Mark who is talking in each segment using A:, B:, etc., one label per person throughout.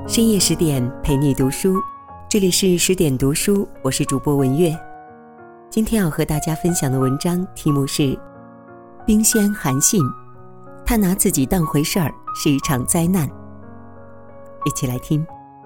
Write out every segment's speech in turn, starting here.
A: 深夜10点陪你读书，这里是10点读书，我是主播文月。今天要和大家分享的文章题目是冰仙韩信，他拿自己当回事儿是一场灾难。一起来听。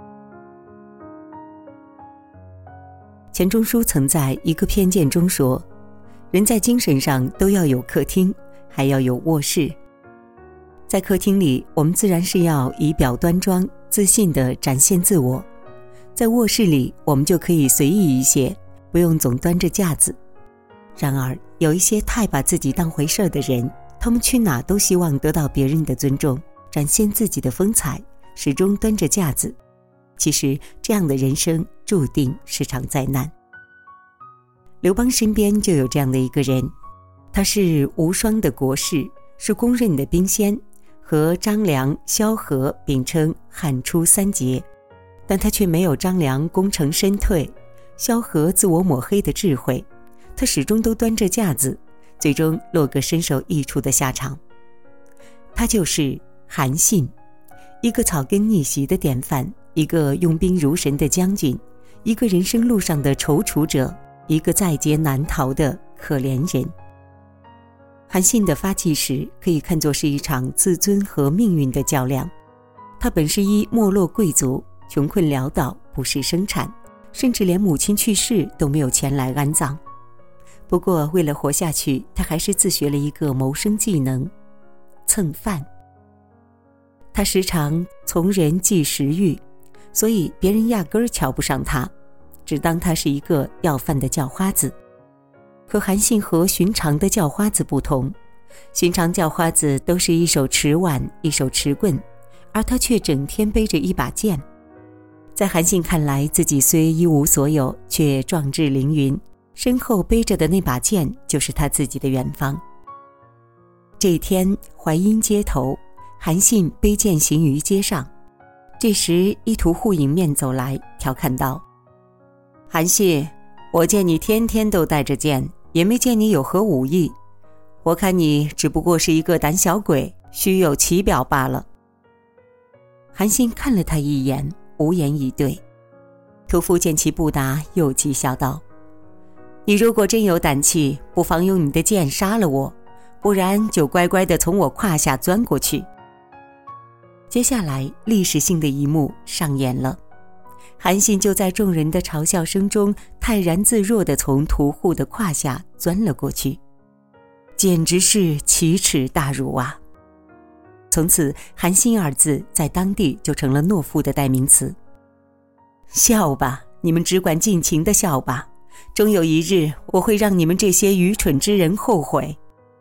A: 钱钟书曾在一个偏见中说，人在精神上都要有客厅，还要有卧室。在客厅里，我们自然是要仪表端庄自信地展现自我，在卧室里我们就可以随意一些，不用总端着架子。然而有一些太把自己当回事的人，他们去哪都希望得到别人的尊重，展现自己的风采，始终端着架子。其实这样的人生注定是场灾难。刘邦身边就有这样的一个人，他是无双的国士，是公认的兵仙，和张良、萧何并称汉初三杰，但他却没有张良功成身退，萧何自我抹黑的智慧，他始终都端着架子，最终落个身首异处的下场。他就是韩信，一个草根逆袭的典范，一个用兵如神的将军，一个人生路上的踌躇者，一个在劫难逃的可怜人。韩信的发迹史可以看作是一场自尊和命运的较量。他本是一没落贵族，穷困潦倒，不事生产，甚至连母亲去世都没有钱来安葬。不过为了活下去，他还是自学了一个谋生技能——蹭饭。他时常从人计食欲，所以别人压根儿瞧不上他，只当他是一个要饭的叫花子。可韩信和寻常的叫花子不同，寻常叫花子都是一手持碗，一手持棍，而他却整天背着一把剑。在韩信看来，自己虽一无所有，却壮志凌云，身后背着的那把剑就是他自己的远方。这一天，淮阴街头，韩信背剑行于街上。这时一屠户迎面走来，调侃道：韩信，我见你天天都带着剑，也没见你有何武艺，我看你只不过是一个胆小鬼，虚有其表罢了。韩信看了他一眼，无言以对。屠夫见其不答，又讥笑道：你如果真有胆气，不妨用你的剑杀了我，不然就乖乖地从我胯下钻过去。接下来历史性的一幕上演了，韩信就在众人的嘲笑声中泰然自若地从屠户的胯下钻了过去，简直是奇耻大辱啊！从此韩信二字在当地就成了懦夫的代名词。笑吧，你们只管尽情地笑吧，终有一日我会让你们这些愚蠢之人后悔。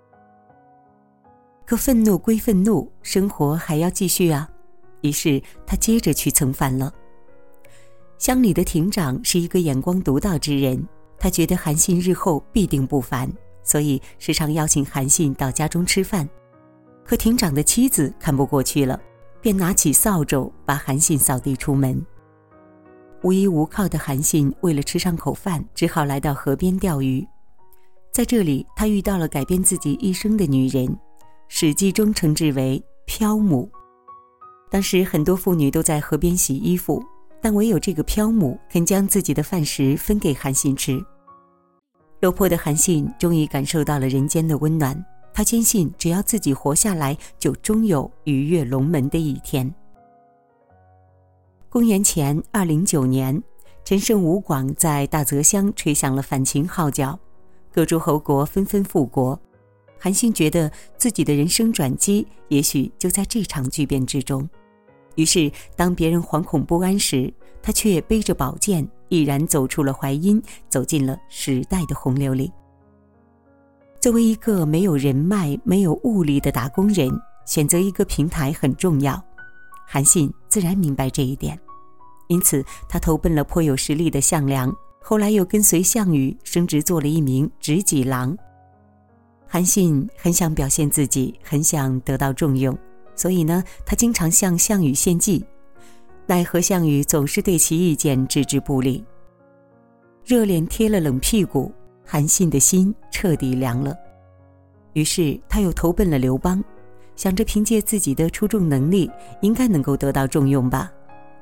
A: 可愤怒归愤怒，生活还要继续啊，于是他接着去蹭饭了。乡里的亭长是一个眼光独到之人，他觉得韩信日后必定不凡，所以时常邀请韩信到家中吃饭。可亭长的妻子看不过去了，便拿起扫帚把韩信扫地出门。无依无靠的韩信为了吃上口饭，只好来到河边钓鱼。在这里，他遇到了改变自己一生的女人，史记中称之为漂母。当时很多妇女都在河边洗衣服，但唯有这个漂母肯将自己的饭食分给韩信吃。落魄的韩信终于感受到了人间的温暖，他坚信只要自己活下来，就终有鱼跃龙门的一天。公元前209年，陈胜吴广在大泽乡吹响了反秦号角，各诸侯国纷纷复国。韩信觉得自己的人生转机也许就在这场巨变之中，于是当别人惶恐不安时，他却背着宝剑毅然走出了淮阴，走进了时代的洪流里。作为一个没有人脉没有物力的打工人，选择一个平台很重要，韩信自然明白这一点，因此他投奔了颇有实力的项梁，后来又跟随项羽升职做了一名执戟郎。韩信很想表现自己，很想得到重用，所以呢，他经常向项羽献计，奈何项羽总是对其意见置之不理。热脸贴了冷屁股，韩信的心彻底凉了。于是他又投奔了刘邦，想着凭借自己的出众能力，应该能够得到重用吧。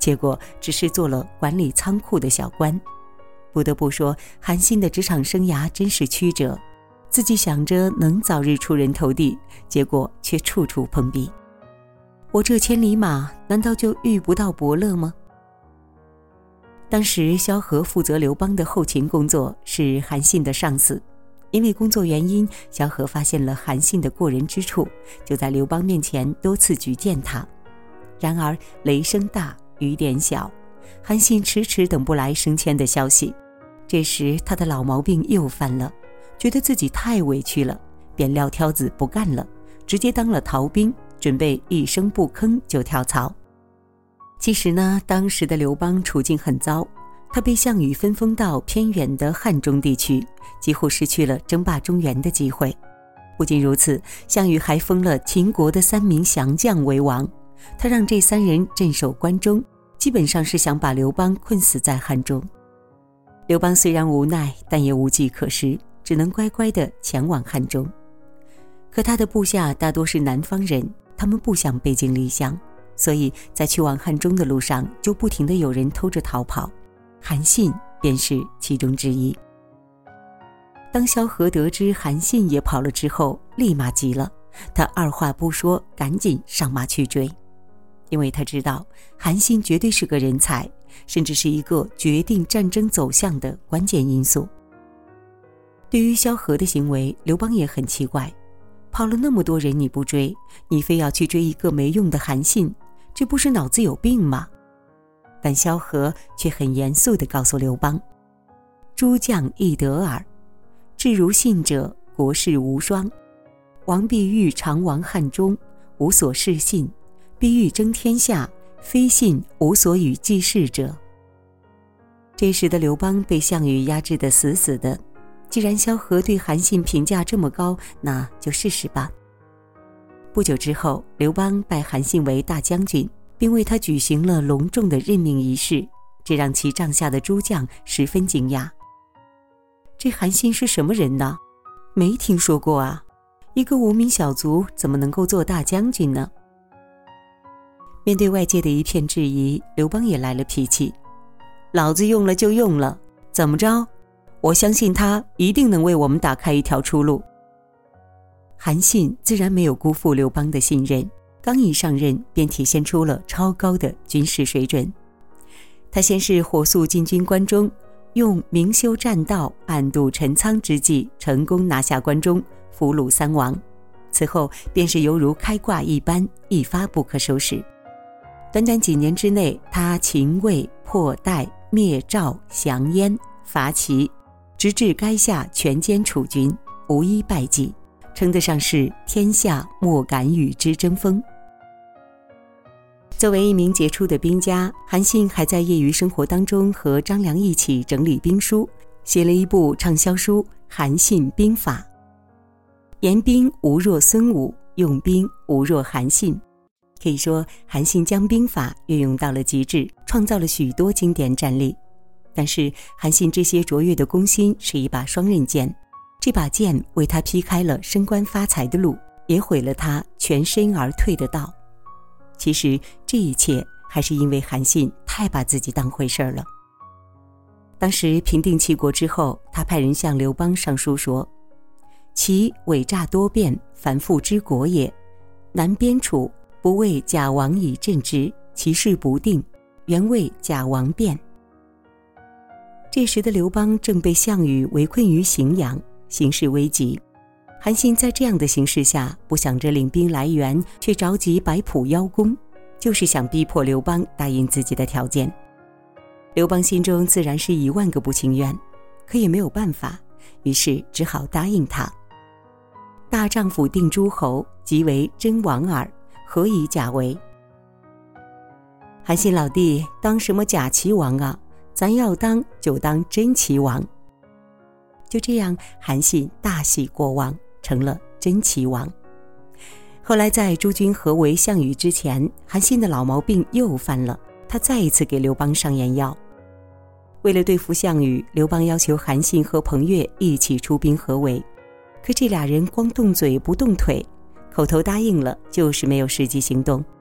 A: 结果只是做了管理仓库的小官。不得不说，韩信的职场生涯真是曲折，自己想着能早日出人头地，结果却处处碰壁。我这千里马难道就遇不到伯乐吗？当时萧何负责刘邦的后勤工作，是韩信的上司。因为工作原因，萧何发现了韩信的过人之处，就在刘邦面前多次举荐他。然而雷声大雨点小，韩信迟迟等不来升迁的消息。这时他的老毛病又犯了，觉得自己太委屈了，便撂挑子不干了，直接当了逃兵，准备一声不吭就跳槽。其实呢，当时的刘邦处境很糟，他被项羽分封到偏远的汉中地区，几乎失去了争霸中原的机会。不仅如此，项羽还封了秦国的3名降将为王，他让这3人镇守关中，基本上是想把刘邦困死在汉中。刘邦虽然无奈，但也无计可施，只能乖乖地前往汉中。可他的部下大多是南方人，他们不想背井离乡，所以在去往汉中的路上就不停地有人偷着逃跑，韩信便是其中之一。当萧何得知韩信也跑了之后，立马急了，他二话不说，赶紧上马去追。因为他知道韩信绝对是个人才，甚至是一个决定战争走向的关键因素。对于萧何的行为，刘邦也很奇怪，跑了那么多人你不追，你非要去追一个没用的韩信，这不是脑子有病吗？但萧何却很严肃地告诉刘邦，诸将易得耳，至如信者，国士无双。王必欲常亡汉中，无所事信，必欲争天下，非信无所与济事者。这时的刘邦被项羽压制得死死的，既然萧何对韩信评价这么高，那就试试吧。不久之后，刘邦拜韩信为大将军，并为他举行了隆重的任命仪式，这让其帐下的诸将十分惊讶。这韩信是什么人呢？没听说过啊，一个无名小卒怎么能够做大将军呢？面对外界的一片质疑，刘邦也来了脾气，老子用了就用了，怎么着？我相信他一定能为我们打开一条出路。韩信自然没有辜负刘邦的信任，刚一上任便体现出了超高的军事水准。他先是火速进军关中，用明修栈道、暗度陈仓之计，成功拿下关中，俘虏3王。此后便是犹如开挂一般，一发不可收拾。短短几年之内，他秦魏、破代、灭赵、降燕、伐齐，直至垓下全歼楚军，无一败绩，称得上是天下莫敢与之争锋。作为一名杰出的兵家，韩信还在业余生活当中和张良一起整理兵书，写了一部畅销书《韩信兵法》。言兵无若孙武，用兵无若韩信。可以说，韩信将兵法运用到了极致，创造了许多经典战例。但是韩信这些卓越的功勋是一把双刃剑，这把剑为他劈开了升官发财的路，也毁了他全身而退的道。其实这一切还是因为韩信太把自己当回事了。当时平定齐国之后，他派人向刘邦上书说，其伪诈多变，凡附之国也，南边楚，不为假王以镇之，其势不定，原为假王变。这时的刘邦正被项羽围困于荥阳，形势危急。韩信在这样的形势下，不想着领兵来援，却着急摆谱邀功，就是想逼迫刘邦答应自己的条件。刘邦心中自然是1万个不情愿，可也没有办法，于是只好答应他。大丈夫定诸侯，即为真王耳，何以假为？韩信老弟，当什么假齐王啊？咱要当就当真齐王。就这样，韩信大喜过望，成了真齐王。后来在诸军合围项羽之前，韩信的老毛病又犯了，他再一次给刘邦上眼药。为了对付项羽，刘邦要求韩信和彭越一起出兵合围，可这俩人光动嘴不动腿，口头答应了，就是没有实际行动。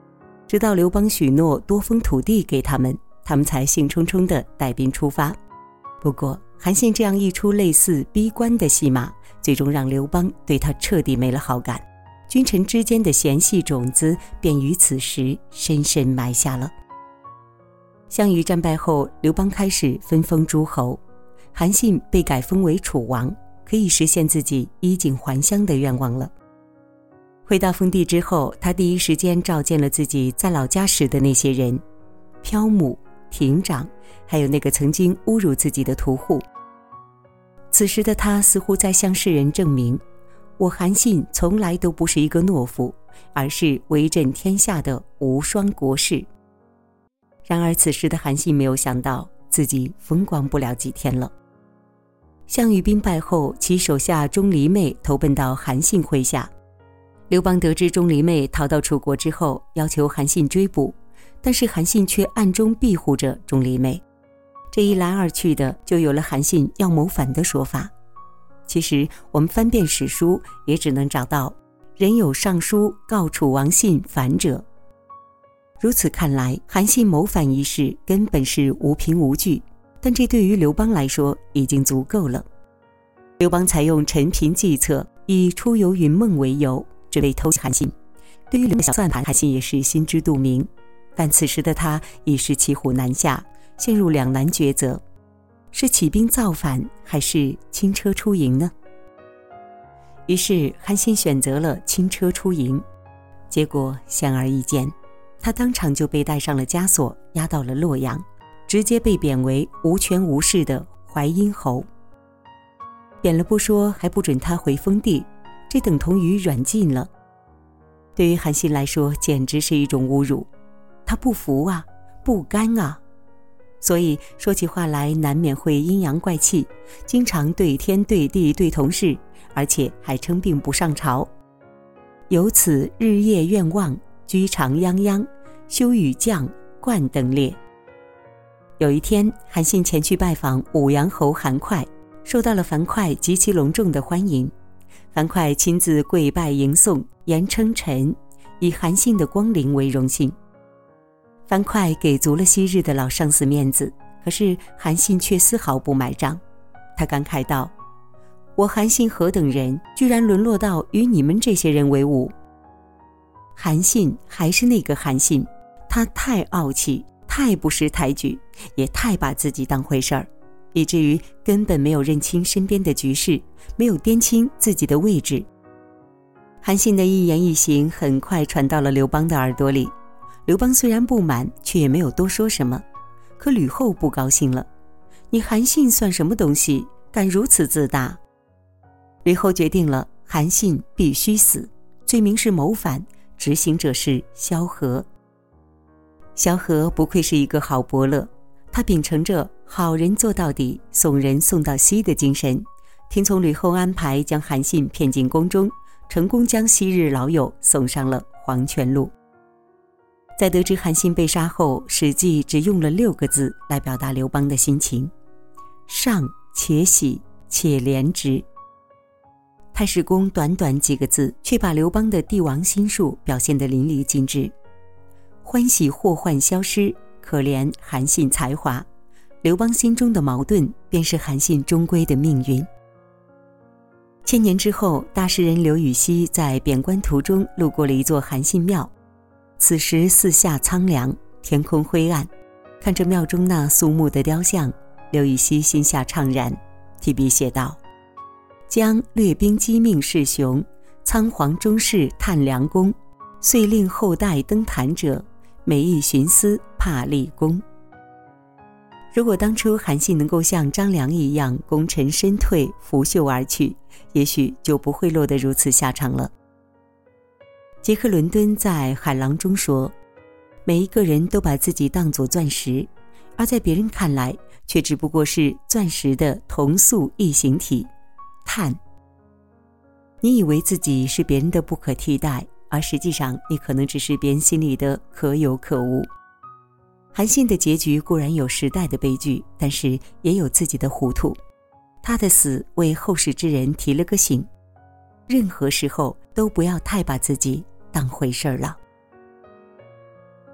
A: 直到刘邦许诺多封土地给他们，他们才兴冲冲地带兵出发。不过韩信这样一出类似逼官的戏码，最终让刘邦对他彻底没了好感，君臣之间的嫌隙种子便于此时深深埋下了。项羽战败后，刘邦开始分封诸侯，韩信被改封为楚王，可以实现自己衣锦还乡的愿望了。回到封地之后，他第一时间召见了自己在老家时的那些人，漂母、亭长，还有那个曾经侮辱自己的屠户。此时的他似乎在向世人证明，我韩信从来都不是一个懦夫，而是威震天下的无双国士。然而此时的韩信没有想到，自己风光不了几天了。项羽兵败后，其手下钟离昧投奔到韩信麾下。刘邦得知钟离昧逃到楚国之后，要求韩信追捕，但是韩信却暗中庇护着钟离昧。这一来二去的，就有了韩信要谋反的说法。其实我们翻遍史书，也只能找到人有上书告楚王信反者。如此看来，韩信谋反一事根本是无凭无据，但这对于刘邦来说已经足够了。刘邦采用陈平计策，以出游云梦为由，只为偷袭韩信。对于刘邦的小算盘，韩信也是心知肚明，但此时的他已是骑虎难下，陷入两难抉择，是起兵造反还是轻车出营呢？于是韩信选择了轻车出营，结果显而易见，他当场就被带上了枷锁，押到了洛阳，直接被贬为无权无势的淮阴侯。贬了不说，还不准他回封地，这等同于软禁了。对于韩信来说，简直是一种侮辱。他不服啊，不甘啊，所以说起话来难免会阴阳怪气，经常对天对地对同事，而且还称病不上朝。由此日夜愿望，居长泱泱，修与将，冠登列。有一天，韩信前去拜访武阳侯樊哙，受到了樊哙极其隆重的欢迎。樊哙亲自跪拜迎送，言称臣，以韩信的光临为荣幸。樊哙给足了昔日的老上司面子，可是韩信却丝毫不买账。他感慨道：我韩信何等人，居然沦落到与你们这些人为伍。韩信还是那个韩信，他太傲气，太不识抬举，也太把自己当回事儿，以至于根本没有认清身边的局势，没有掂清自己的位置。韩信的一言一行很快传到了刘邦的耳朵里。刘邦虽然不满，却也没有多说什么。可吕后不高兴了，你韩信算什么东西，敢如此自大？吕后决定了，韩信必须死，罪名是谋反，执行者是萧何。萧何不愧是一个好伯乐，他秉承着好人做到底，送人送到西的精神，听从吕后安排，将韩信骗进宫中，成功将昔日老友送上了黄泉路。在得知韩信被杀后，史记只用了6个字来表达刘邦的心情：上且喜且怜之。太史公短短几个字，却把刘邦的帝王心术表现得淋漓尽致。欢喜祸患消失，可怜韩信才华。刘邦心中的矛盾，便是韩信终归的命运。千年之后，大诗人刘禹锡在贬官途中路过了一座韩信庙。此时四下苍凉，天空灰暗，看着庙中那肃穆的雕像，刘禹锡心下怅然，提笔写道：将掠兵击命士雄，仓皇终士叹良功，遂令后代登坛者，每亦寻思怕立功。如果当初韩信能够像张良一样功成身退，拂袖而去，也许就不会落得如此下场了。杰克伦敦在《海狼》中说，每一个人都把自己当作钻石，而在别人看来却只不过是钻石的同素异形体碳。你以为自己是别人的不可替代，而实际上你可能只是别人心里的可有可无。韩信的结局固然有时代的悲剧，但是也有自己的糊涂。他的死为后世之人提了个醒，任何时候都不要太把自己当回事儿了。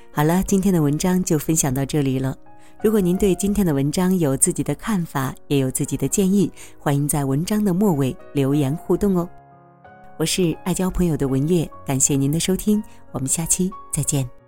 A: 好了，今天的文章就分享到这里了。如果您对今天的文章有自己的看法，也有自己的建议，欢迎在文章的末尾留言互动哦。我是爱交朋友的文月，感谢您的收听，我们下期再见。